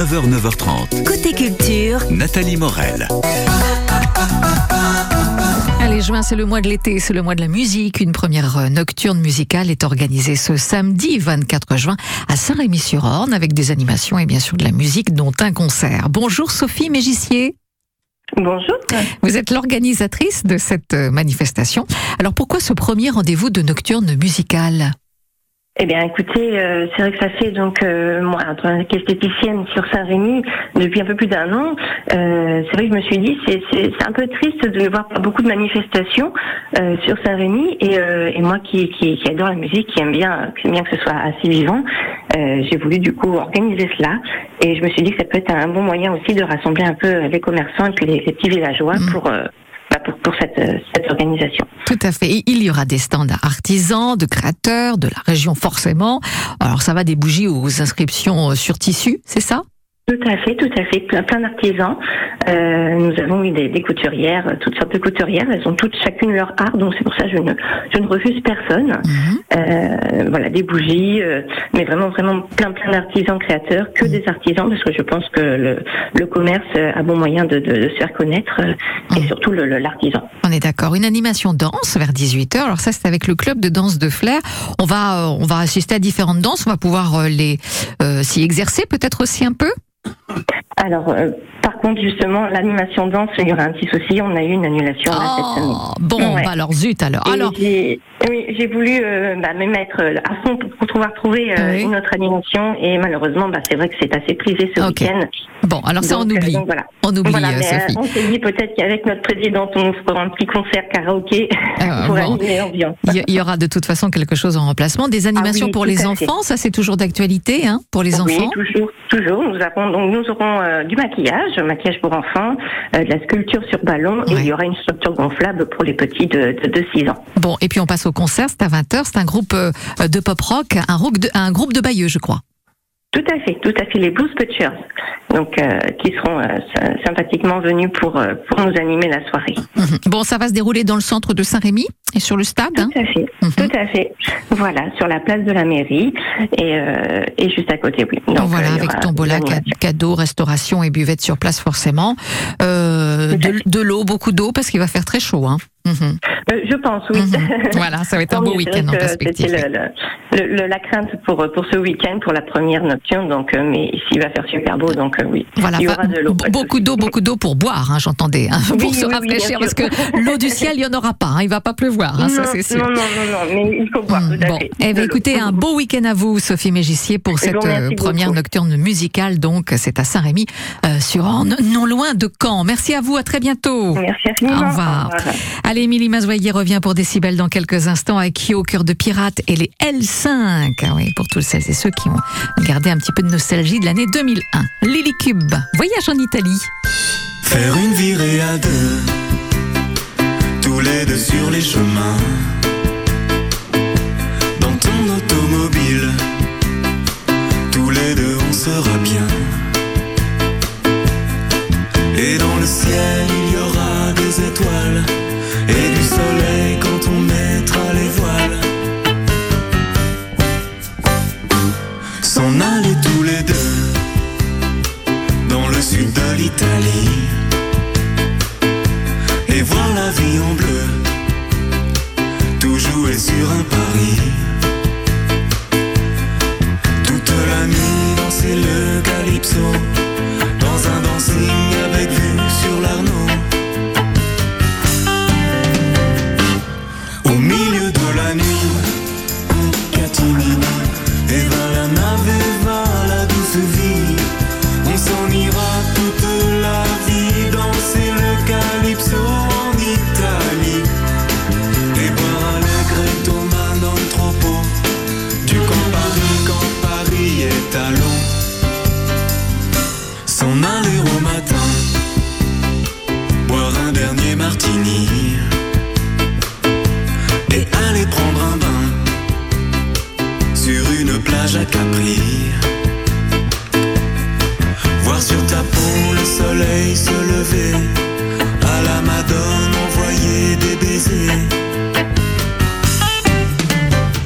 9h, 9h30. Côté culture, Nathalie Morel. Allez, juin, c'est le mois de l'été, c'est le mois de la musique. Une première nocturne musicale est organisée ce samedi 24 juin à Saint-Rémy-sur-Orne avec des animations et bien sûr de la musique, dont un concert. Bonjour Sophie Mégissier. Bonjour. Vous êtes l'organisatrice de cette manifestation. Alors pourquoi ce premier rendez-vous de nocturne musicale ? Eh bien, écoutez, c'est vrai que ça fait donc moi, en tant qu'esthéticienne sur Saint-Rémy depuis un peu plus d'1 an. C'est vrai que je me suis dit c'est un peu triste de ne voir pas beaucoup de manifestations sur Saint-Rémy et moi qui adore la musique, qui aime bien que ce soit assez vivant, j'ai voulu du coup organiser cela et je me suis dit que ça peut être un bon moyen aussi de rassembler un peu les commerçants et puis les petits villageois pour cette organisation. Tout à fait. Et il y aura des stands d'artisans, de créateurs, de la région forcément. Alors ça va des bougies aux inscriptions sur tissu, c'est ça ? Tout à fait. Plein d'artisans. Nous avons des couturières, toutes sortes de couturières. Elles ont toutes chacune leur art, donc c'est pour ça que je ne refuse personne. Voilà, des bougies, mais vraiment plein d'artisans créateurs, que des artisans, parce que je pense que le commerce a bon moyen de se faire connaître, et surtout l'artisan. On est d'accord. Une animation danse vers 18h. Alors ça, c'est avec le club de danse de Flers. On va assister à différentes danses. On va pouvoir s'y exercer peut-être aussi un peu. Alors, par contre, justement, l'animation danse, il y aura un petit souci. On a eu une annulation là, cette semaine. Bon, ouais. Alors zut alors. J'ai voulu me mettre à fond pour pouvoir trouver une autre animation et malheureusement, c'est vrai que c'est assez prisé ce week-end. Bon, alors ça on oublie. Voilà. On oublie, voilà, Sophie. On s'est dit peut-être qu'avec notre présidente, on fera un petit concert karaoké pour animer l'ambiance. Il y aura de toute façon quelque chose en remplacement. Des animations pour les enfants, ça c'est toujours d'actualité, hein, pour les enfants. Oui, toujours. Nous aurons du maquillage pour enfants, de la sculpture sur ballon et il y aura une structure gonflable pour les petits de 6 ans. Bon, et puis on passe au concert, c'est à 20h, c'est un groupe de pop-rock, un groupe de Bayeux, je crois. Tout à fait, les Blues Butchers, donc qui seront sympathiquement venus pour nous animer la soirée. Bon, ça va se dérouler dans le centre de Saint-Rémy et sur le stade. Tout à fait. Voilà, sur la place de la mairie et juste à côté, oui. Donc, voilà, avec tombola, cadeaux, restauration et buvette sur place forcément. De l'eau, beaucoup d'eau parce qu'il va faire très chaud, hein. Je pense, oui. Voilà, ça va être un beau week-end en perspective. C'était la crainte pour ce week-end, pour la première nocturne, donc, mais ici il va faire super beau, donc oui. Voilà, il y aura de l'eau. Beaucoup d'eau pour boire, hein, j'entendais, hein, pour se rafraîchir, parce que l'eau du ciel, il n'y en aura pas, hein, il ne va pas pleuvoir, hein, ça c'est sûr. Non, mais il faut boire, tout à fait. Eh bien, écoutez, un beau week-end à vous, Sophie Mégissier, pour cette première nocturne musicale, donc c'est à Saint-Rémy, sur Orne, non loin de Caen. Merci à vous, à très bientôt. Merci infiniment. Au revoir. Allez, Émilie Mazoyer revient pour Décibel dans quelques instants avec Kyo, Cœur de Pirate et les L5. Ah oui, pour tous celles et ceux qui ont gardé un petit peu de nostalgie de l'année 2001. Lily Cube, voyage en Italie. Faire une virée à deux, tous les deux sur les chemins, dans ton automobile, tous les deux on sera bien. Et dans le ciel il y aura des étoiles et du soleil quand on mettra les voiles. S'en aller tous les deux dans le sud de l'Italie et voir la vie en bleu, tout jouer sur un pari. Toute la nuit danser le calypso dans un dancing avec vue sur l'Arno. Au milieu de la nuit, Catimini et Valana, Viva la nave va la douce vie. On s'en ira toute la vie dans ces le calypso en Italie. Et voir la vie en bleu, tout jouer sur un pari. Toute la nuit danser le calypso dans un dancing avec vue sur l'Arno. Au milieu de la nuit, Catimini et Valana, Viva la nave va la douce vie. On s'en ira toute la vie dans ces le calypso en Italie. Et voir la vie en bleu, tout jouer sur un pari. Toute la nuit danser le calypso dans un dancing avec vue sur l'Arno. Du Campari quand Paris est à l'eau. S'en aller au matin, boire un dernier martini et aller prendre un bain sur une plage à Capri. Voir sur ta peau le soleil se lever, à la Madone envoyer des baisers.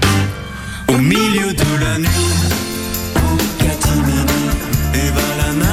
Au milieu de la nuit, Catimini et Valana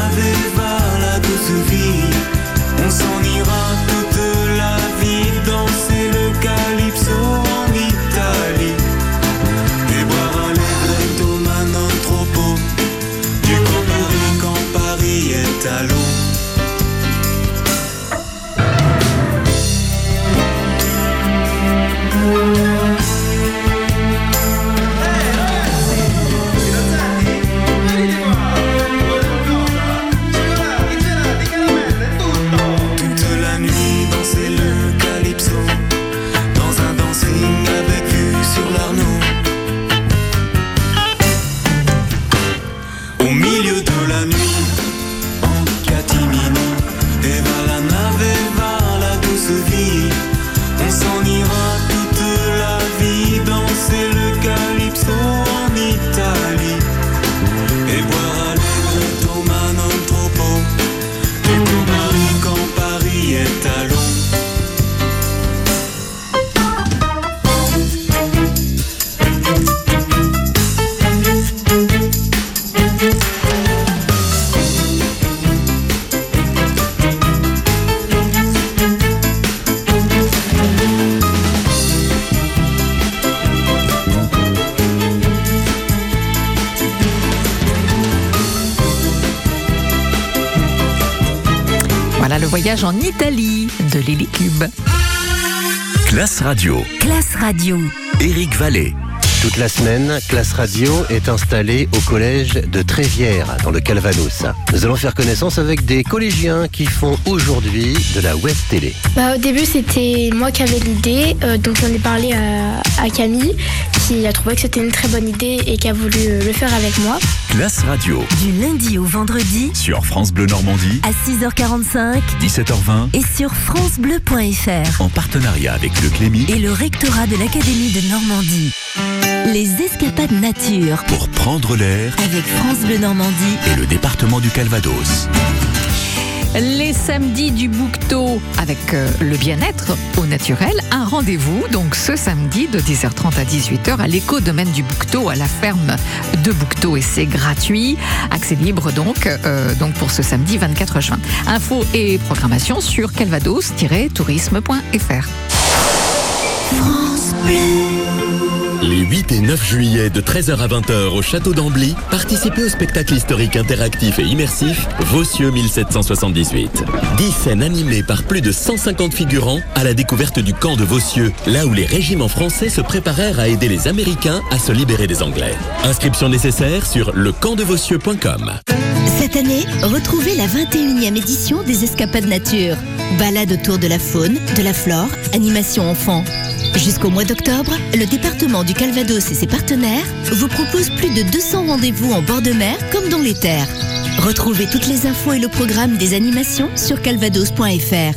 Voilà le voyage en Italie de Lily Cube. Classe Radio. Classe Radio. Éric Vallée. Toute la semaine, Classe Radio est installée au collège de Trévières, dans le Calvados. Nous allons faire connaissance avec des collégiens qui font aujourd'hui de la web télé. Au début, c'était moi qui avais l'idée, donc j'en ai parlé à Camille, qui a trouvé que c'était une très bonne idée et qui a voulu le faire avec moi. Classe Radio. Du lundi au vendredi Sur France Bleu Normandie, à 6h45 17h20, et sur francebleu.fr. en partenariat avec le Clémy, Et le rectorat de l'Académie de Normandie. Les escapades nature pour prendre l'air avec France Bleu Normandie. et le département du Calvados. Les samedis du Bouquetot avec le bien-être au naturel. Un rendez-vous donc ce samedi de 10h30 à 18h à l'éco-domaine du Bouquetot à la ferme de Bouquetot et c'est gratuit. Accès libre donc pour ce samedi 24 juin. Infos et programmation sur calvados-tourisme.fr. France Bleu. Les 8 et 9 juillet de 13h à 20h au Château d'Ambly, participez au spectacle historique interactif et immersif Vossieux 1778. 10 scènes animées par plus de 150 figurants à la découverte du camp de Vossieux, là où les régiments français se préparèrent à aider les Américains à se libérer des Anglais. Inscription nécessaire sur lecampdevossieux.com. Cette année, retrouvez la 21e édition des Escapades Nature. Balade autour de la faune, de la flore, animation enfants. Jusqu'au mois d'octobre, le département du Calvados et ses partenaires vous proposent plus de 200 rendez-vous en bord de mer comme dans les terres. Retrouvez toutes les infos et le programme des animations sur calvados.fr.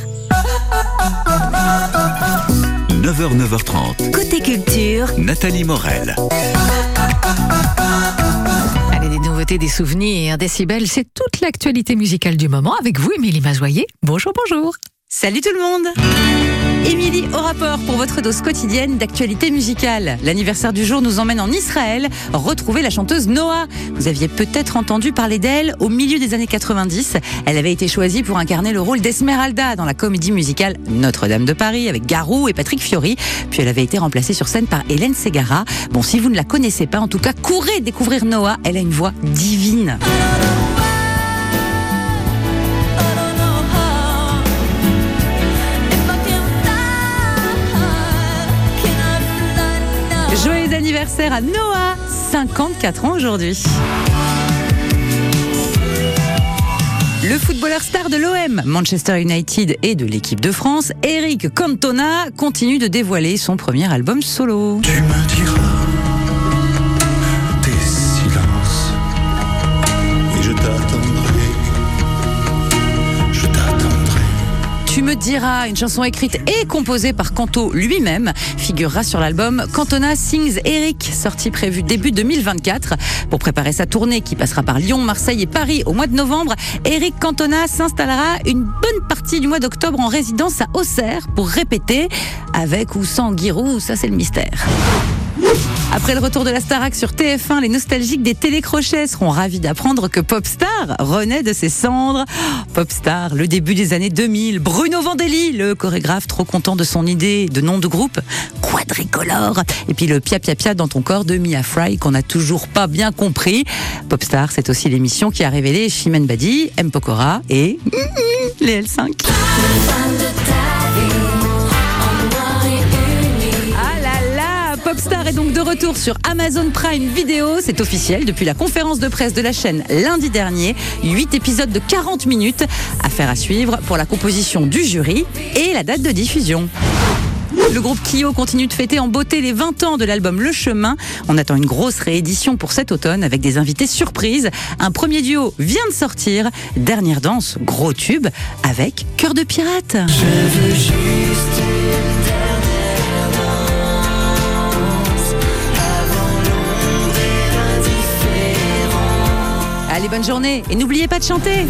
9h, 9h30. Côté culture, Nathalie Morel. Allez, des nouveautés, des souvenirs, décibels, c'est toute l'actualité musicale du moment avec vous, Émilie Mazoyer. Bonjour, bonjour. Salut tout le monde! Émilie au rapport pour votre dose quotidienne d'actualité musicale. L'anniversaire du jour nous emmène en Israël retrouver la chanteuse Noah. Vous aviez peut-être entendu parler d'elle au milieu des années 90. Elle avait été choisie pour incarner le rôle d'Esmeralda dans la comédie musicale Notre-Dame de Paris avec Garou et Patrick Fiori. Puis elle avait été remplacée sur scène par Hélène Ségara. Bon, si vous ne la connaissez pas, en tout cas, courez découvrir Noah. Elle a une voix divine. Joyeux anniversaire à Noah, 54 ans aujourd'hui. Le footballeur star de l'OM, Manchester United et de l'équipe de France, Eric Cantona, continue de dévoiler son premier album solo. Tu me diras tes silences et je t'attendrai. Je t'attendrai. Tu me diras, une chanson écrite et composée par Canto lui-même, figurera sur l'album Cantona Sings Eric, sorti prévu début 2024. Pour préparer sa tournée qui passera par Lyon, Marseille et Paris au mois de novembre, Eric Cantona s'installera une bonne partie du mois d'octobre en résidence à Auxerre pour répéter, avec ou sans Giroud, ça c'est le mystère. Après le retour de la Starac sur TF1, les nostalgiques des télécrochets seront ravis d'apprendre que Popstar renaît de ses cendres. Popstar, le début des années 2000. Bruno Vandelli, le chorégraphe trop content de son idée de nom de groupe, Quadricolore. Et puis le Pia Pia Pia dans ton corps de Mia Fry qu'on n'a toujours pas bien compris. Popstar, c'est aussi l'émission qui a révélé Chimène Badi, M. Pokora et les L5. Popstar est donc de retour sur Amazon Prime Video, c'est officiel depuis la conférence de presse de la chaîne lundi dernier. 8 épisodes de 40 minutes, affaire à suivre pour la composition du jury et la date de diffusion. Le groupe Kyo continue de fêter en beauté les 20 ans de l'album Le Chemin. On attend une grosse réédition pour cet automne avec des invités surprises. Un premier duo vient de sortir, Dernière danse, gros tube, avec Cœur de pirate. Je veux juste une dernière Allez, bonne journée et n'oubliez pas de chanter.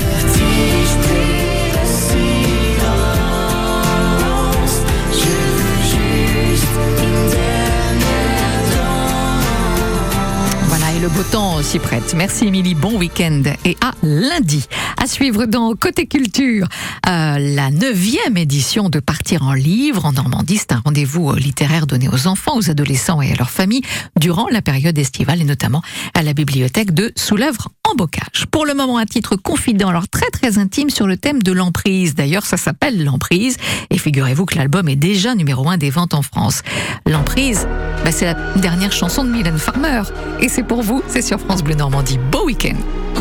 Voilà, et le beau temps s'y prête. Merci Émilie, bon week-end et à lundi. À suivre dans Côté Culture, la 9e édition de Partir en livre en Normandie. C'est un rendez-vous littéraire donné aux enfants, aux adolescents et à leurs familles durant la période estivale et notamment à la bibliothèque de Soulèvre en en bocage. Pour le moment, un titre confident, alors très très intime sur le thème de l'emprise. D'ailleurs, ça s'appelle L'Emprise. Et figurez-vous que l'album est déjà numéro 1 des ventes en France. L'Emprise, c'est la dernière chanson de Mylène Farmer. Et c'est pour vous, c'est sur France Bleu Normandie. Beau week-end.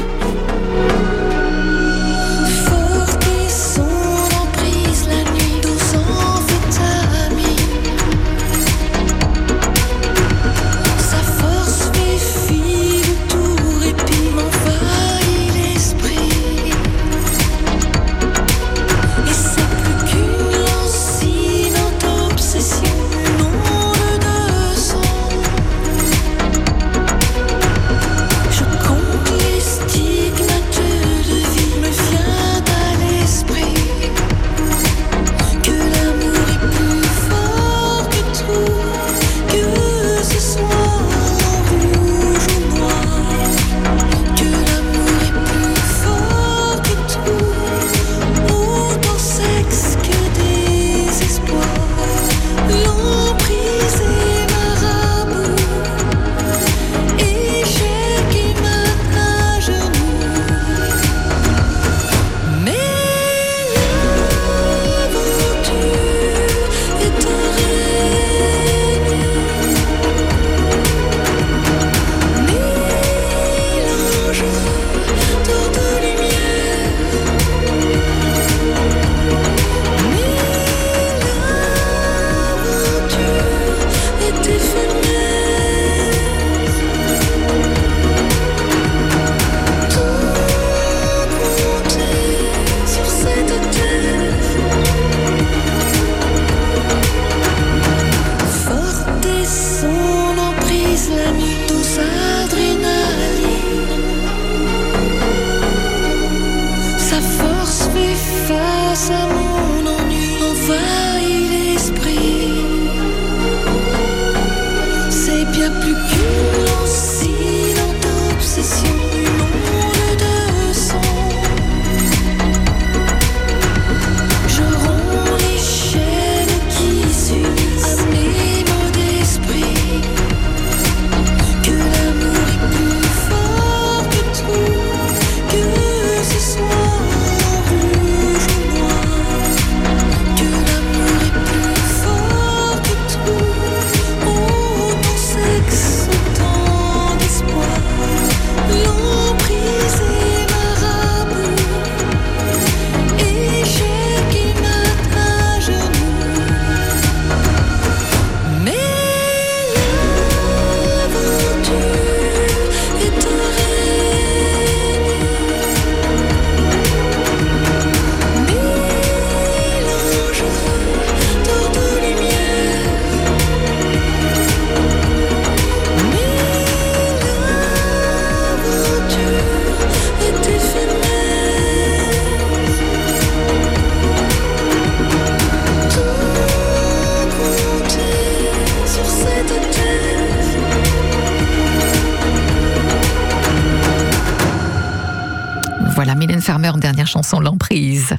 Voilà, Mylène Farmer, dernière chanson, L'Emprise.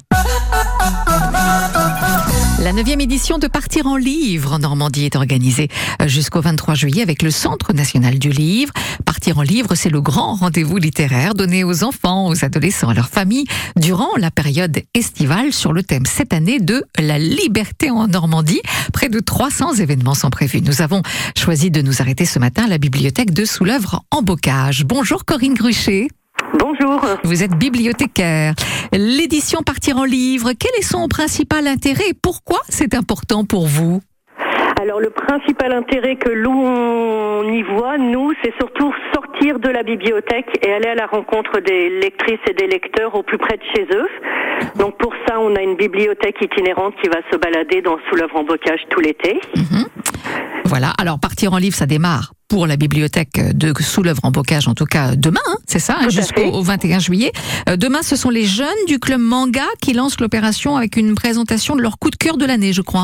La 9e édition de Partir en livre en Normandie est organisée jusqu'au 23 juillet avec le Centre national du livre. Partir en livre, c'est le grand rendez-vous littéraire donné aux enfants, aux adolescents, à leurs familles durant la période estivale sur le thème cette année de la liberté en Normandie. Près de 300 événements sont prévus. Nous avons choisi de nous arrêter ce matin à la bibliothèque de Soulœuvre en Bocage. Bonjour Corinne Gruchet. Bonjour. Vous êtes bibliothécaire. L'édition Partir en livre, quel est son principal intérêt et pourquoi c'est important pour vous ? Alors le principal intérêt que l'on y voit, nous, c'est surtout sortir de la bibliothèque et aller à la rencontre des lectrices et des lecteurs au plus près de chez eux. Donc pour ça, on a une bibliothèque itinérante qui va se balader dans Soulœuvre en Bocage tout l'été. Voilà, alors Partir en livre, ça démarre pour la bibliothèque de Soulœuvre en Bocage, en tout cas demain, c'est ça, jusqu'au 21 juillet. Demain, ce sont les jeunes du club manga qui lancent l'opération avec une présentation de leur coup de cœur de l'année, je crois.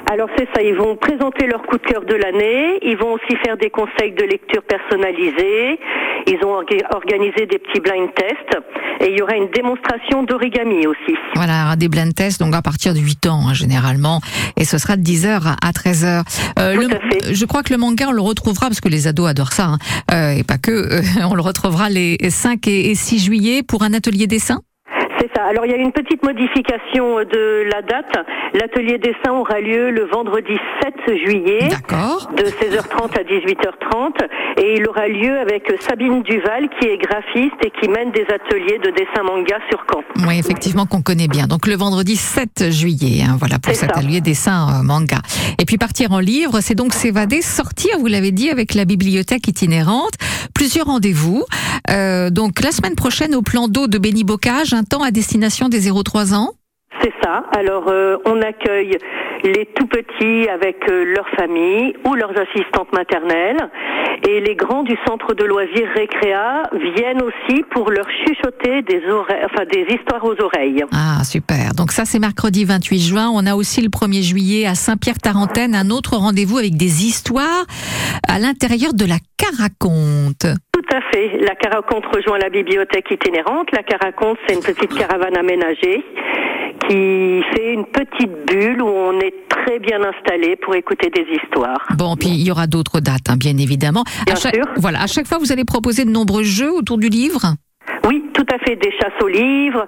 Alors c'est ça, ils vont présenter leur coup de cœur de l'année, ils vont aussi faire des conseils de lecture personnalisés, ils ont organisé des petits blind tests et il y aura une démonstration d'origami aussi. Voilà, des blind tests, donc à partir de 8 ans généralement, et ce sera de 10h à 13h. Je crois que le manga, on le retrouvera, parce que les ados adorent ça, et pas que, on le retrouvera les 5 et 6 juillet pour un atelier dessin. C'est ça. Alors il y a une petite modification de la date. L'atelier dessin aura lieu le vendredi 7 juillet. D'accord. De 16h30 à 18h30 et il aura lieu avec Sabine Duval qui est graphiste et qui mène des ateliers de dessin manga sur Caen. Oui, effectivement, qu'on connaît bien. Donc le vendredi 7 juillet, voilà, pour cet atelier dessin manga. Et puis partir en livre, c'est donc s'évader, sortir, vous l'avez dit, avec la bibliothèque itinérante. Plusieurs rendez-vous. Donc la semaine prochaine au plan d'eau de Béni-Bocage, un temps à destination des 0-3 ans. C'est ça. Alors, on accueille les tout-petits avec leur famille ou leurs assistantes maternelles. Et les grands du centre de loisirs Récréa viennent aussi pour leur chuchoter des histoires aux oreilles. Ah, super. Donc ça, c'est mercredi 28 juin. On a aussi le 1er juillet à Saint-Pierre-Tarentaine, un autre rendez-vous avec des histoires à l'intérieur de la Caraconte. Tout à fait. La Caraconte rejoint la bibliothèque itinérante. La Caraconte, c'est une petite caravane aménagée qui fait une petite bulle où on est très bien installé pour écouter des histoires. Bon, puis il y aura d'autres dates, bien évidemment. Bien sûr. Voilà, à chaque fois, vous allez proposer de nombreux jeux autour du livre ? Oui, tout à fait. Des chasses aux livres,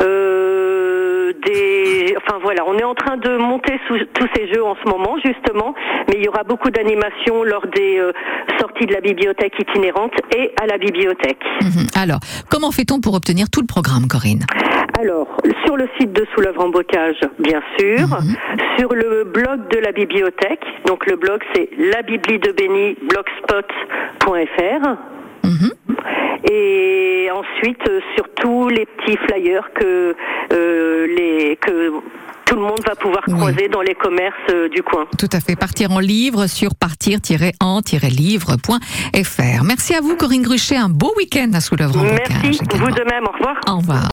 on est en train de monter tous ces jeux en ce moment, justement, mais il y aura beaucoup d'animations lors des sorties de la bibliothèque itinérante et à la bibliothèque. Alors, comment fait-on pour obtenir tout le programme, Corinne ? Alors, sur le site de Sous l'œuvre en bocage, bien sûr, sur le blog de la bibliothèque, donc le blog c'est labibli-de-béni blogspot.fr. Et ensuite, sur tous les petits flyers que tout le monde va pouvoir croiser dans les commerces du coin. Tout à fait. Partir en livre sur partir-en-livre.fr. Merci à vous, Corinne Gruchet. Un beau week-end à Sous l'œuvre en bocage. Merci, vous de même. Au revoir. Au revoir.